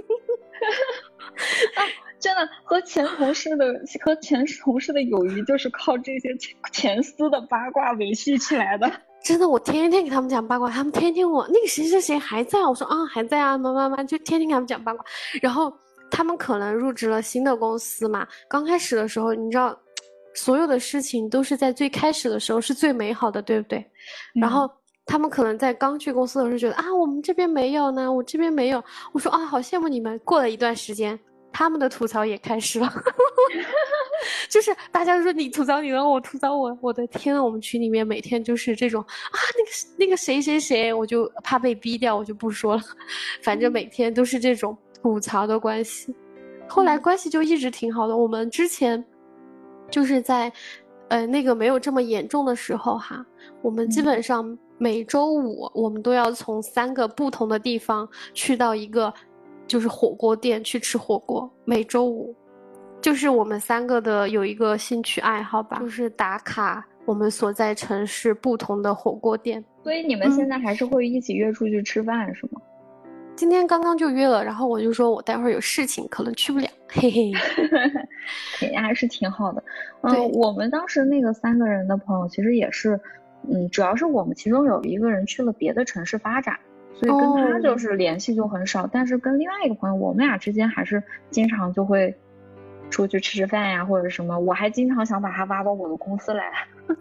啊，真的和前同事的和前同事的友谊就是靠这些前司的八卦维系起来的。 真的，我天天给他们讲八卦，他们天天我那个谁谁谁还在，我说啊还在啊，妈妈妈就天天给他们讲八卦。然后他们可能入职了新的公司嘛，刚开始的时候，你知道，所有的事情都是在最开始的时候是最美好的，对不对？嗯、然后他们可能在刚去公司的时候觉得啊，我们这边没有呢，我这边没有。我说啊，好羡慕你们。过了一段时间，他们的吐槽也开始了。就是大家说你吐槽你的，我吐槽我，我的天啊！我们群里面每天就是这种啊，那个那个谁谁谁，我就怕被逼掉，我就不说了。反正每天都是这种吐槽的关系。后来关系就一直挺好的。我们之前就是在呃那个没有这么严重的时候哈，我们基本上每周五我们都要从三个不同的地方去到一个就是火锅店去吃火锅，每周五。就是我们三个的有一个兴趣爱好吧，就是打卡我们所在城市不同的火锅店。 所以你们现在还是会一起约出去吃饭、嗯、是吗？ 今天刚刚就约了，然后我就说我待会儿有事情可能去不了，嘿嘿。 也还是挺好的。嗯，我们当时那个三个人的朋友其实也是，嗯，主要是我们其中有一个人去了别的城市发展，所以跟他就是联系就很少、哦、但是跟另外一个朋友我们俩之间还是经常就会出去吃吃饭呀或者什么，我还经常想把他挖到我的公司来。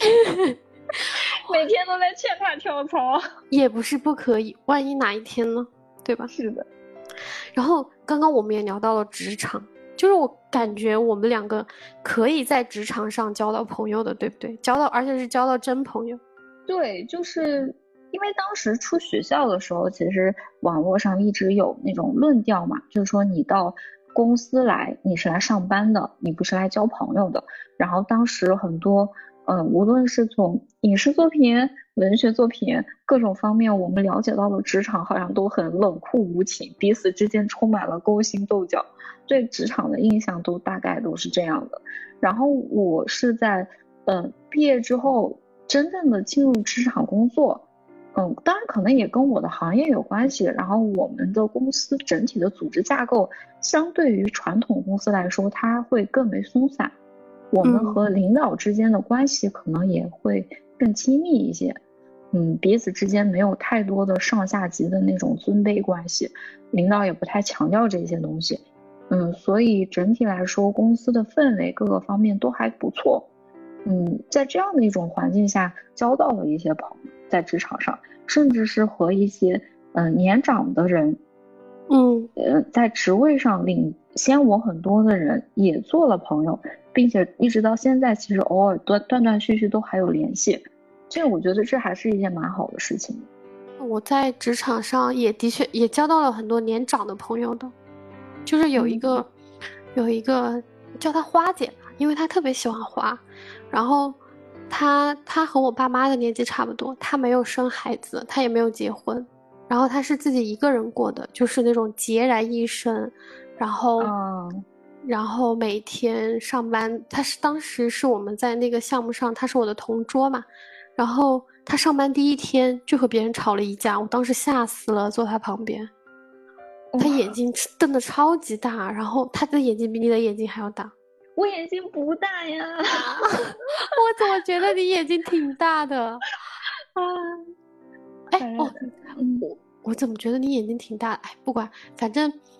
每天都在劝他跳槽。 也不是不可以，万一哪一天呢，对吧？ 是的。 然后刚刚我们也聊到了职场，就是我感觉我们两个可以在职场上交到朋友的，对不对？交到，而且是交到真朋友。 对，就是因为当时出学校的时候，其实网络上一直有那种论调嘛，就是说你到公司来，你是来上班的，你不是来交朋友的。然后当时很多呃，无论是从影视作品、文学作品各种方面，我们了解到的职场好像都很冷酷无情，彼此之间充满了勾心斗角，对职场的印象都大概都是这样的。然后我是在呃毕业之后真正的进入职场工作，嗯，当然可能也跟我的行业有关系。然后我们的公司整体的组织架构相对于传统公司来说，它会更为松散。我们和领导之间的关系可能也会更亲密一些，嗯，彼此之间没有太多的上下级的那种尊卑关系，领导也不太强调这些东西，嗯，所以整体来说公司的氛围各个方面都还不错，嗯，在这样的一种环境下交到了一些朋友，在职场上，甚至是和一些嗯、呃、年长的人， 嗯， 呃，在职位上领先我很多的人也做了朋友，并且一直到现在其实偶尔断断断续续都还有联系，这我觉得这还是一件蛮好的事情。 我在职场上也的确也交到了很多年长的朋友的，就是有一个、嗯、有一个叫她花姐吧，因为她特别喜欢花，然后她她和我爸妈的年纪差不多，她没有生孩子，她也没有结婚，然后她是自己一个人过的，就是那种孑然一身，然后、 哦、 然后每天上班，她是当时是我们在那个项目上，她是我的同桌嘛，然后她上班第一天就和别人吵了一架，我当时吓死了，坐她旁边，她眼睛瞪得超级大，然后她的眼睛比你的眼睛还要大。 我眼睛不大呀。 我怎么觉得你眼睛挺大的啊？哎哦，我我怎么觉得你眼睛挺大的？哎，不管，反正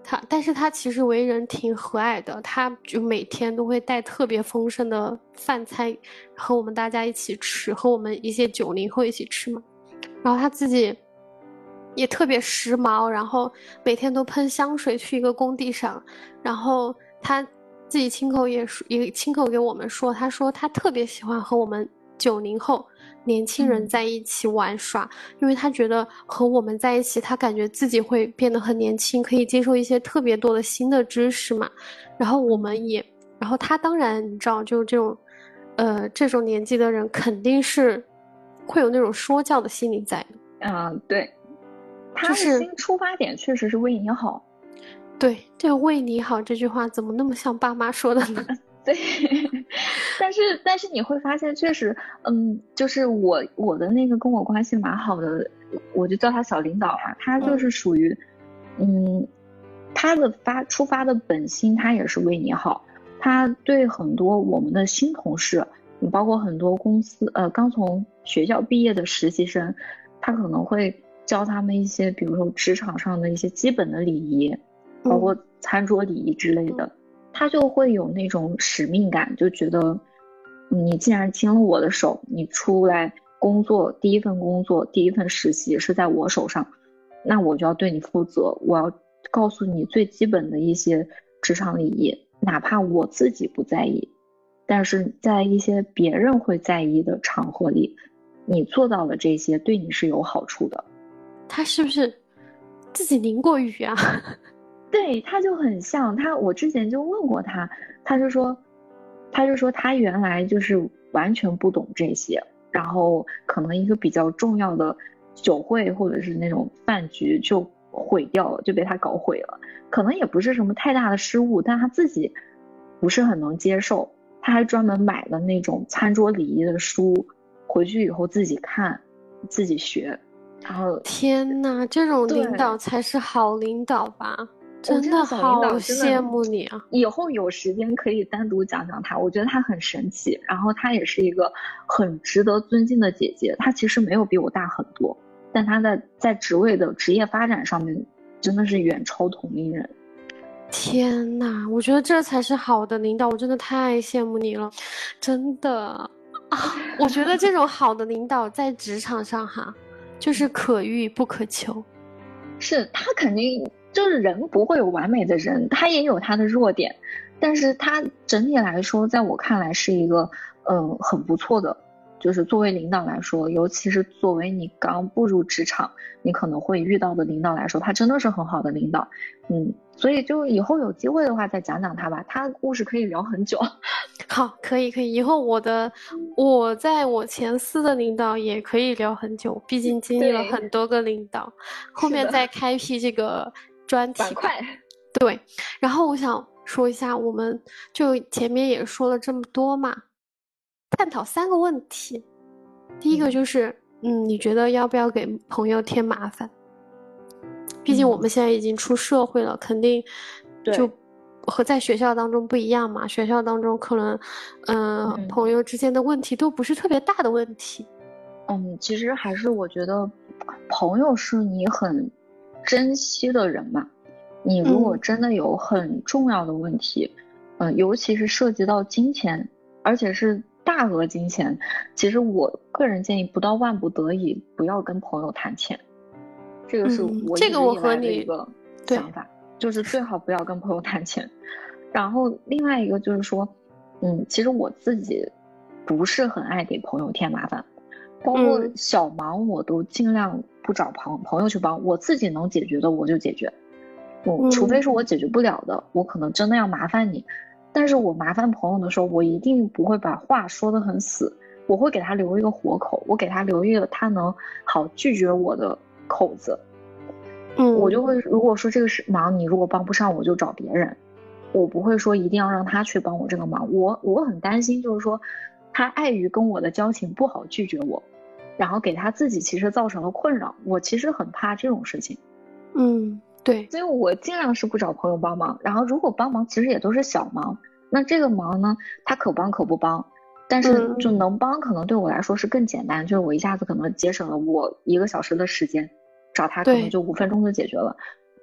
他，但是他其实为人挺和蔼的，他就每天都会带特别丰盛的饭菜和我们大家一起吃，和我们一些九零后一起吃嘛。然后他自己也特别时髦，然后每天都喷香水去一个工地上，然后他自己亲口也说，也亲口给我们说，他说他特别喜欢和我们九零后年轻人在一起玩耍，嗯、因为他觉得和我们在一起，他感觉自己会变得很年轻，可以接受一些特别多的新的知识嘛。然后我们也，然后他当然你知道，就这种，呃，这种年纪的人肯定是会有那种说教的心理在的。 嗯、呃，对，他的就是新出发点确实是为你好。 对，这个为你好这句话怎么那么像爸妈说的呢？ 对，但是但是你会发现，确实，嗯，就是我我的那个跟我关系蛮好的，我就叫他小领导啊，他就是属于，嗯，嗯他的发出发的本心，他也是为你好，他对很多我们的新同事，包括很多公司，呃，刚从学校毕业的实习生，他可能会教他们一些，比如说职场上的一些基本的礼仪，包括餐桌礼仪之类的。嗯他就会有那种使命感，就觉得你既然经了我的手，你出来工作，第一份工作，第一份实习是在我手上，那我就要对你负责，我要告诉你最基本的一些职场礼仪，哪怕我自己不在意，但是在一些别人会在意的场合里，你做到了这些，对你是有好处的。 他是不是自己淋过雨啊？ 对，他就很像他，我之前就问过他，他就说，他就说他原来就是完全不懂这些，然后可能一个比较重要的酒会或者是那种饭局就毁掉了，就被他搞毁了，可能也不是什么太大的失误，但他自己不是很能接受，他还专门买了那种餐桌礼仪的书，回去以后自己看，自己学，然后天哪，这种领导才是好领导吧？真的好羡慕你啊！ 以后有时间可以单独讲讲她，我觉得她很神奇，然后她也是一个很值得尊敬的姐姐。她其实没有比我大很多，但她在在职位的职业发展上面真的是远超同龄人。 天哪，我觉得这才是好的领导，我真的太羡慕你了，真的啊！我觉得这种好的领导在职场上哈，就是可遇不可求。 是他肯定。就是人不会有完美的人，他也有他的弱点，但是他整体来说，在我看来是一个，嗯、呃，很不错的。就是作为领导来说，尤其是作为你刚步入职场，你可能会遇到的领导来说，他真的是很好的领导。嗯，所以就以后有机会的话再讲讲他吧，他故事可以聊很久。 好，可以可以，以后我的我在我前司的领导也可以聊很久，毕竟经历了很多个领导，后面再开辟这个专题板块。 对，然后我想说一下，我们就前面也说了这么多嘛，探讨三个问题。第一个就是，嗯，你觉得要不要给朋友添麻烦？毕竟我们现在已经出社会了，嗯、肯定就和在学校当中不一样嘛。学校当中可能，呃、嗯，朋友之间的问题都不是特别大的问题。 嗯，其实还是我觉得，朋友是你很珍惜的人嘛。你如果真的有很重要的问题，嗯、呃，尤其是涉及到金钱，而且是大额金钱，其实我个人建议，不到万不得已，不要跟朋友谈钱。这个是我一直以来的一个想法，嗯、就是最好不要跟朋友谈钱。然后另外一个就是说，嗯，其实我自己不是很爱给朋友添麻烦，包括小忙我都尽量不找朋朋友去帮，我自己能解决的我就解决。我除非是我解决不了的，嗯、我可能真的要麻烦你。但是我麻烦朋友的时候，我一定不会把话说得很死，我会给他留一个活口，我给他留一个他能好拒绝我的口子。 嗯， 我就会如果说这个是忙，你如果帮不上我就找别人，我不会说一定要让他去帮我这个忙。我我很担心，就是说他碍于跟我的交情不好拒绝我，然后给他自己其实造成了困扰。我其实很怕这种事情。 嗯。对， 所以我尽量是不找朋友帮忙，然后如果帮忙其实也都是小忙，那这个忙呢他可帮可不帮，但是就能帮可能对我来说是更简单，嗯、就是我一下子可能节省了我一个小时的时间，找他可能就五分钟就解决了。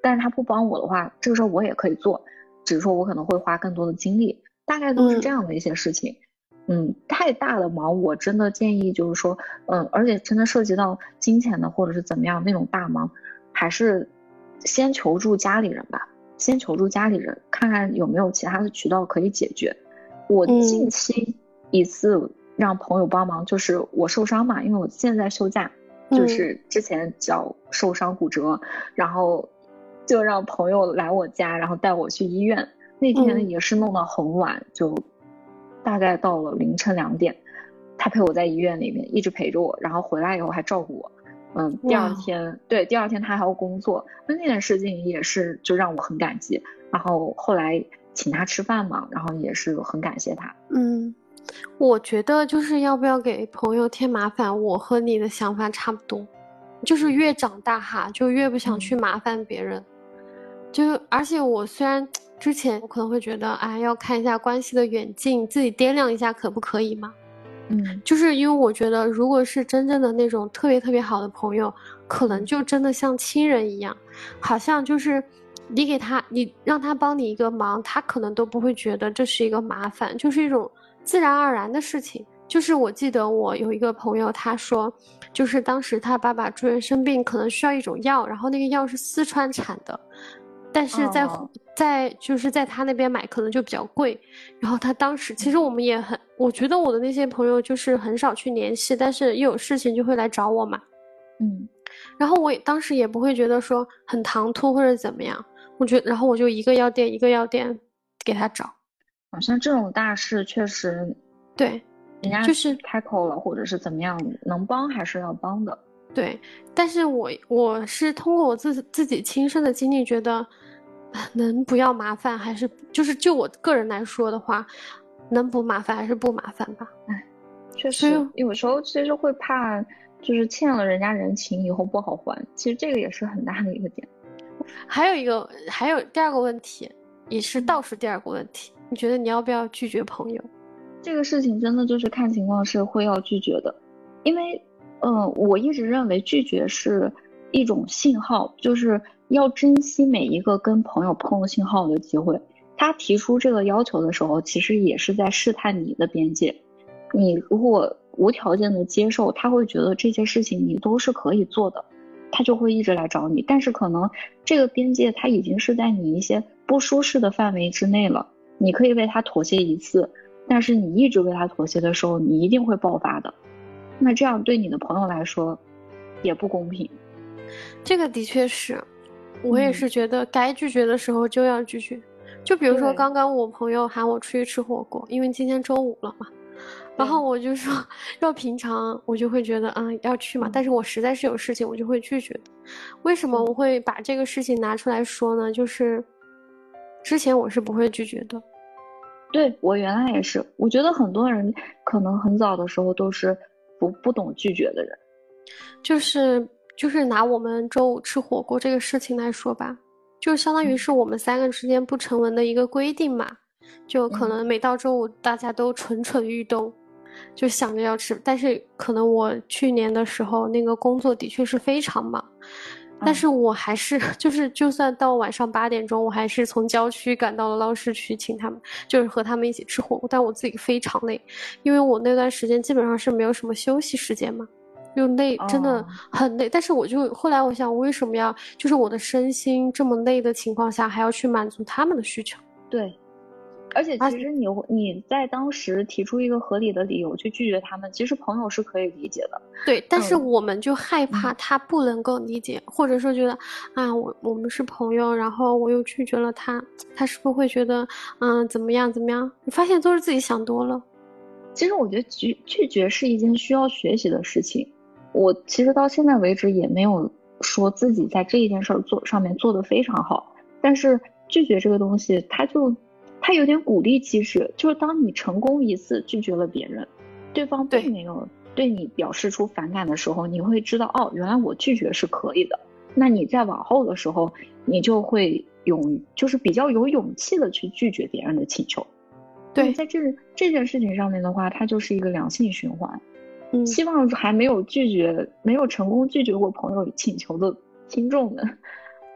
但是他不帮我的话，这个事儿我也可以做，只是说我可能会花更多的精力，大概都是这样的一些事情。嗯, 嗯，太大的忙我真的建议就是说，嗯，而且真的涉及到金钱的或者是怎么样那种大忙，还是先求助家里人吧，先求助家里人，看看有没有其他的渠道可以解决。我近期一次让朋友帮忙，就是我受伤嘛，因为我现在休假，就是之前脚受伤骨折，然后就让朋友来我家，然后带我去医院。那天也是弄得很晚，就大概到了凌晨两点，他陪我在医院里面一直陪着我，然后回来以后还照顾我。嗯，第二天，对，第二天他还要工作，那那件事情也是就让我很感激。然后后来请他吃饭嘛，然后也是很感谢他。 嗯，我觉得就是要不要给朋友添麻烦，我和你的想法差不多，就是越长大哈，就越不想去麻烦别人。嗯、就而且我虽然之前我可能会觉得，哎，要看一下关系的远近，自己掂量一下可不可以嘛。 嗯， 就是因为我觉得，如果是真正的那种特别特别好的朋友，可能就真的像亲人一样，好像就是你给他，你让他帮你一个忙，他可能都不会觉得这是一个麻烦，就是一种自然而然的事情。就是我记得我有一个朋友，他说，就是当时他爸爸住院生病，可能需要一种药，然后那个药是四川产的。但是在、哦、在就是在他那边买可能就比较贵，然后他当时其实我们也很，我觉得我的那些朋友就是很少去联系，但是一有事情就会来找我嘛， 嗯， 然后我也当时也不会觉得说很唐突或者怎么样，我觉得然后我就一个药店一个药店给他找， 好像这种大事确实对， 人家就是开口了或者是怎么样，能帮还是要帮的。 对，但是我我是通过我自自己亲身的经历觉得。能不要麻烦还是就是就我个人来说的话，能不麻烦还是不麻烦吧。 哎，确实有时候其实会怕就是欠了人家人情以后不好还，其实这个也是很大的一个点。 还有一个还有第二个问题，也是倒数第二个问题，你觉得你要不要拒绝朋友？ 这个事情真的就是看情况是会要拒绝的，因为嗯、呃，我一直认为拒绝是一种信号，就是要珍惜每一个跟朋友碰信号的机会。他提出这个要求的时候，其实也是在试探你的边界。你如果无条件的接受，他会觉得这些事情你都是可以做的，他就会一直来找你。但是可能这个边界他已经是在你一些不舒适的范围之内了，你可以为他妥协一次，但是你一直为他妥协的时候，你一定会爆发的。那这样对你的朋友来说也不公平。 这个的确是，我也是觉得该拒绝的时候就要拒绝。就比如说刚刚我朋友喊我出去吃火锅，因为今天周五了嘛，然后我就说要平常我就会觉得嗯要去嘛，但是我实在是有事情我就会拒绝的。为什么我会把这个事情拿出来说呢？就是之前我是不会拒绝的。 对，我原来也是，我觉得很多人可能很早的时候都是不不懂拒绝的人。 就是就是拿我们周五吃火锅这个事情来说吧，就相当于是我们三个之间不成文的一个规定嘛，就可能每到周五大家都蠢蠢欲动，就想着要吃，但是可能我去年的时候那个工作的确是非常忙，但是我还是就是就算到晚上八点钟，我还是从郊区赶到了闹市区，请他们就是和他们一起吃火锅，但我自己非常累，因为我那段时间基本上是没有什么休息时间嘛，又累，真的很累。Oh. 但是我就后来我想，我为什么要就是我的身心这么累的情况下，还要去满足他们的需求？ 对。而且其实你你在当时提出一个合理的理由去拒绝他们，其实朋友是可以理解的。 对，但是我们就害怕他不能够理解，嗯、或者说觉得啊，我我们是朋友，然后我又拒绝了他，他是不是会觉得嗯怎么样怎么样？你发现都是自己想多了。 其实我觉得拒拒绝是一件需要学习的事情。我其实到现在为止也没有说自己在这一件事儿做上面做得非常好，但是拒绝这个东西，它就。它有点鼓励机制，就是当你成功一次拒绝了别人，对方并没有对你表示出反感的时候，你会知道哦，原来我拒绝是可以的。那你在往后的时候，你就会勇，就是比较有勇气的去拒绝别人的请求。 对， 在这这件事情上面的话，它就是一个良性循环。 嗯， 希望还没有拒绝、没有成功拒绝过朋友请求的听众们。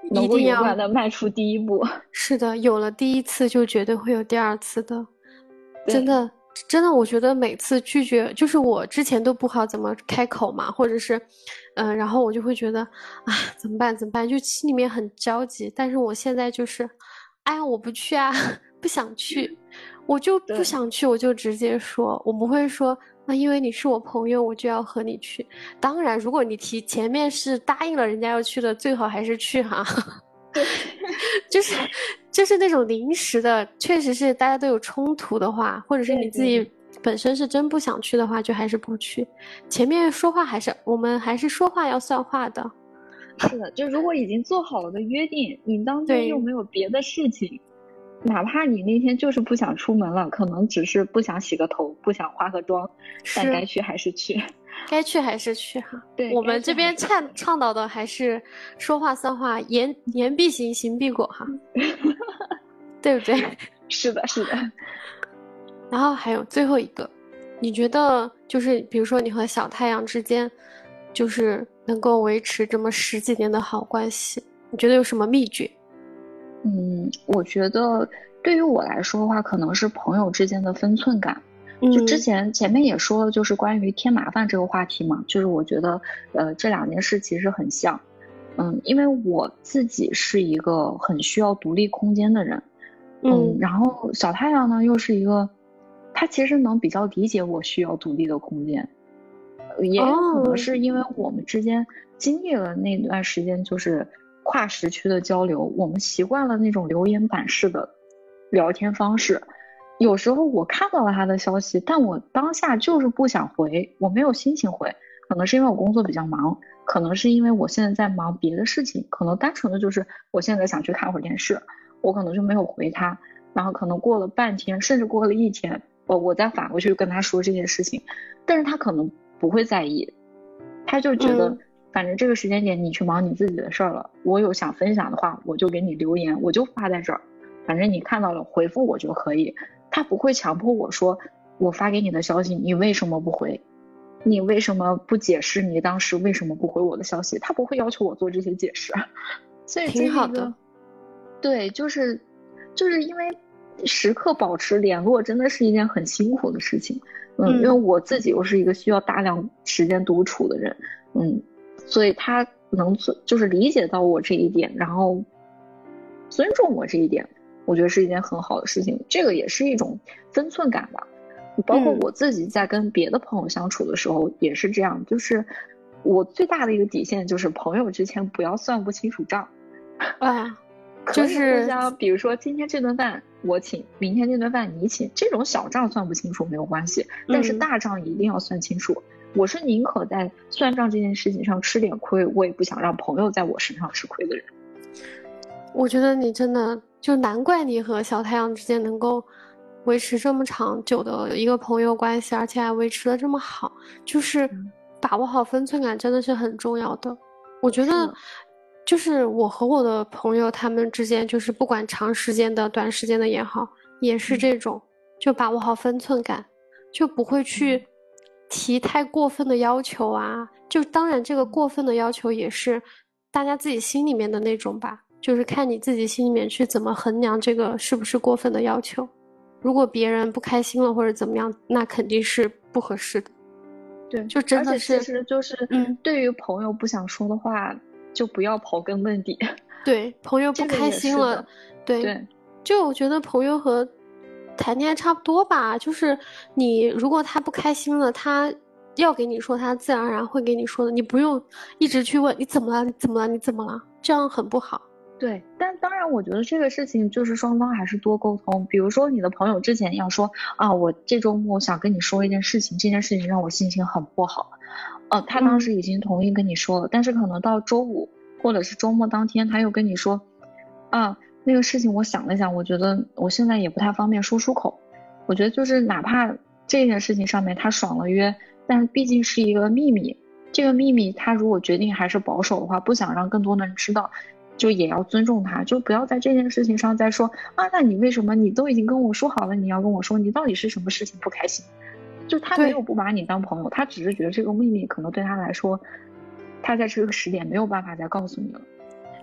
能够一定要勇敢的迈出第一步。 是的，有了第一次就绝对会有第二次的， 对真的。真的，我觉得每次拒绝，就是我之前都不好怎么开口嘛，或者是，嗯、呃，然后我就会觉得，啊，怎么办？怎么办？就心里面很焦急。但是我现在就是，哎呀，我不去啊，不想去，我就不对想去，我就直接说，我不会说，那因为你是我朋友，我就要和你去。当然，如果你提前面是答应了人家要去的，最好还是去哈。 对， 就是就是那种临时的，确实是大家都有冲突的话，或者是你自对对己本身是真不想去的话，就还是不去。前面说话还是我们还是说话要算话的。 是的，就如果已经做好了的约定，你当天对又没有别的事情，哪怕你那天就是不想出门了，可能只是不想洗个头，不想化个妆，但是该去还是去。 该去还是去哈。 对， 我们这边该去还是倡倡导的还是说话算话，言言必行，行必果哈，对不对？ 是的，是的。 然后还有最后一个，你觉得就是比如说你和小太阳之间，就是能够维持这么十几年的好关系，你觉得有什么秘诀？ 嗯，我觉得对于我来说的话，可能是朋友之间的分寸感。就之前前面也说了，就是关于添麻烦这个话题嘛，就是我觉得呃这两件事其实很像。嗯，因为我自己是一个很需要独立空间的人，嗯，然后小太阳呢又是一个，他其实能比较理解我需要独立的空间，也有可能是因为我们之间经历了那段时间就是跨时区的交流，我们习惯了那种留言板式的聊天方式。有时候我看到了他的消息，但我当下就是不想回，我没有心情回，可能是因为我工作比较忙，可能是因为我现在在忙别的事情，可能单纯的就是我现在想去看会儿电视，我可能就没有回他，然后可能过了半天，甚至过了一天，我我再返回去跟他说这件事情，但是他可能不会在意，他就觉得、嗯、反正这个时间点你去忙你自己的事儿了，我有想分享的话我就给你留言，我就发在这儿，反正你看到了回复我就可以。他不会强迫我说我发给你的消息你为什么不回，你为什么不解释你当时为什么不回我的消息，他不会要求我做这些解释。所以挺好的。 对，就是就是因为时刻保持联络真的是一件很辛苦的事情。嗯，因为我自己又是一个需要大量时间独处的人，嗯，所以他能就是理解到我这一点，然后尊重我这一点，我觉得是一件很好的事情，这个也是一种分寸感吧。包括我自己在跟别的朋友相处的时候也是这样，就是我最大的一个底线就是朋友之间不要算不清楚账啊， 就是互相比如说今天这顿饭我请，明天这顿饭你请，这种小账算不清楚没有关系，但是大账一定要算清楚、嗯、我是宁可在算账这件事情上吃点亏，我也不想让朋友在我身上吃亏的人。 我觉得你真的就难怪你和小太阳之间能够维持这么长久的一个朋友关系，而且还维持得这么好，就是把握好分寸感真的是很重要的。我觉得就是我和我的朋友他们之间，就是不管长时间的短时间的也好，也是这种、嗯、就把握好分寸感，就不会去提太过分的要求啊，就当然这个过分的要求也是大家自己心里面的那种吧，就是看你自己心里面去怎么衡量这个是不是过分的要求。如果别人不开心了或者怎么样，那肯定是不合适的。 对， 就真的是， 而且其实就是嗯，对于朋友不想说的话就不要刨根问底。 对，朋友不开心了、这个、对, 对就我觉得朋友和谈恋爱差不多吧，就是你如果他不开心了，他要给你说，他自然而然会给你说的，你不用一直去问你怎么了你怎么了你怎么了，这样很不好。 对，但当然我觉得这个事情就是双方还是多沟通，比如说你的朋友之前要说啊，我这周末想跟你说一件事情，这件事情让我心情很不好，呃，他当时已经同意跟你说了、嗯、但是可能到周五或者是周末当天他又跟你说啊，那个事情我想了想，我觉得我现在也不太方便说出口。我觉得就是哪怕这件事情上面他爽了约，但是毕竟是一个秘密，这个秘密他如果决定还是保守的话，不想让更多的人知道，就也要尊重他，就不要在这件事情上再说啊，那你为什么你都已经跟我说好了，你要跟我说你到底是什么事情不开心。就他没有不把你当朋友，他只是觉得这个秘密可能对他来说他在这个时点没有办法再告诉你了。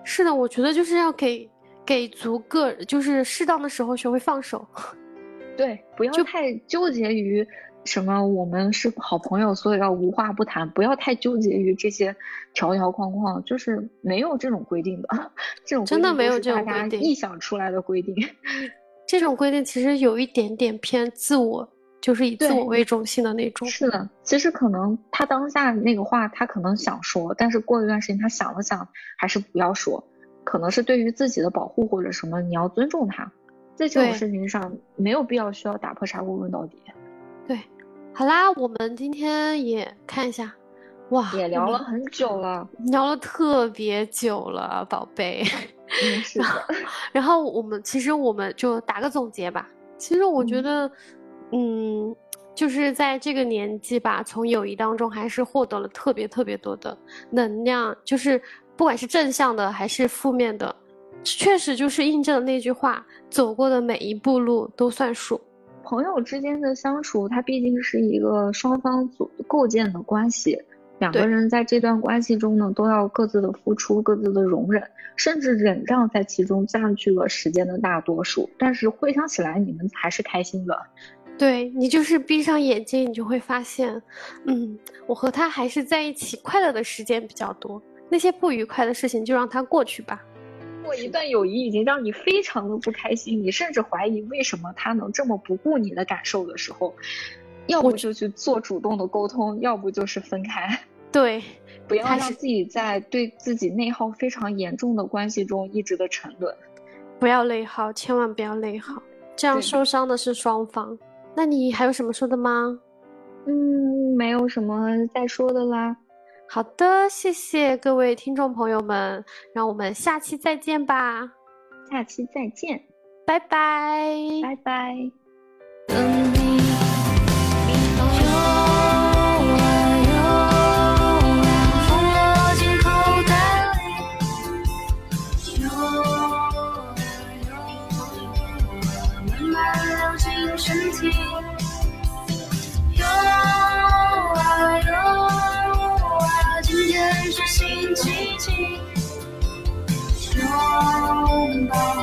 是的，我觉得就是要给给足个，就是适当的时候学会放手。 对，不要太纠结于什么我们是好朋友，所以要无话不谈，不要太纠结于这些条条框框，就是没有这种规定的，这种真的没有这种规定， 大家臆想出来的规定。 这种规定其实有一点点偏自我，就是以自我为中心的那种。 是的，其实可能他当下那个话他可能想说，但是过一段时间他想了想，还是不要说，可能是对于自己的保护或者什么，你要尊重他。在这种事情上没有必要需要打破砂锅问到底。 对，好啦，我们今天也看一下，哇， 也聊了很久了， 聊了特别久了，宝贝。 嗯，是的。 然后我们其实我们就打个总结吧。其实我觉得，嗯，嗯就是在这个年纪吧，从友谊当中还是获得了特别特别多的能量，就是不管是正向的还是负面的。确实就是印证了那句话，走过的每一步路都算数。 朋友之间的相处，它毕竟是一个双方组构建的关系，两个人在这段关系中呢，都要各自的付出，各自的容忍，甚至忍让在其中占据了时间的大多数。但是回想起来，你们还是开心的。 对，你就是闭上眼睛，你就会发现，嗯，我和他还是在一起快乐的时间比较多，那些不愉快的事情就让它过去吧。 如果一段友谊已经让你非常的不开心，你甚至怀疑为什么他能这么不顾你的感受的时候，要不就去做主动的沟通，要不就是分开。 对， 不要让自己在对自己内耗非常严重的关系中一直的沉沦。 不要内耗，千万不要内耗，这样受伤的是双方。那你还有什么说的吗？ 嗯，没有什么再说的啦。 好的，谢谢各位听众朋友们，让我们下期再见吧。 下期再见， 拜拜， 拜拜。 等你游啊游啊，风落进口袋里，游啊游啊，慢慢流进身体，游啊游啊，今天是星期几，拥抱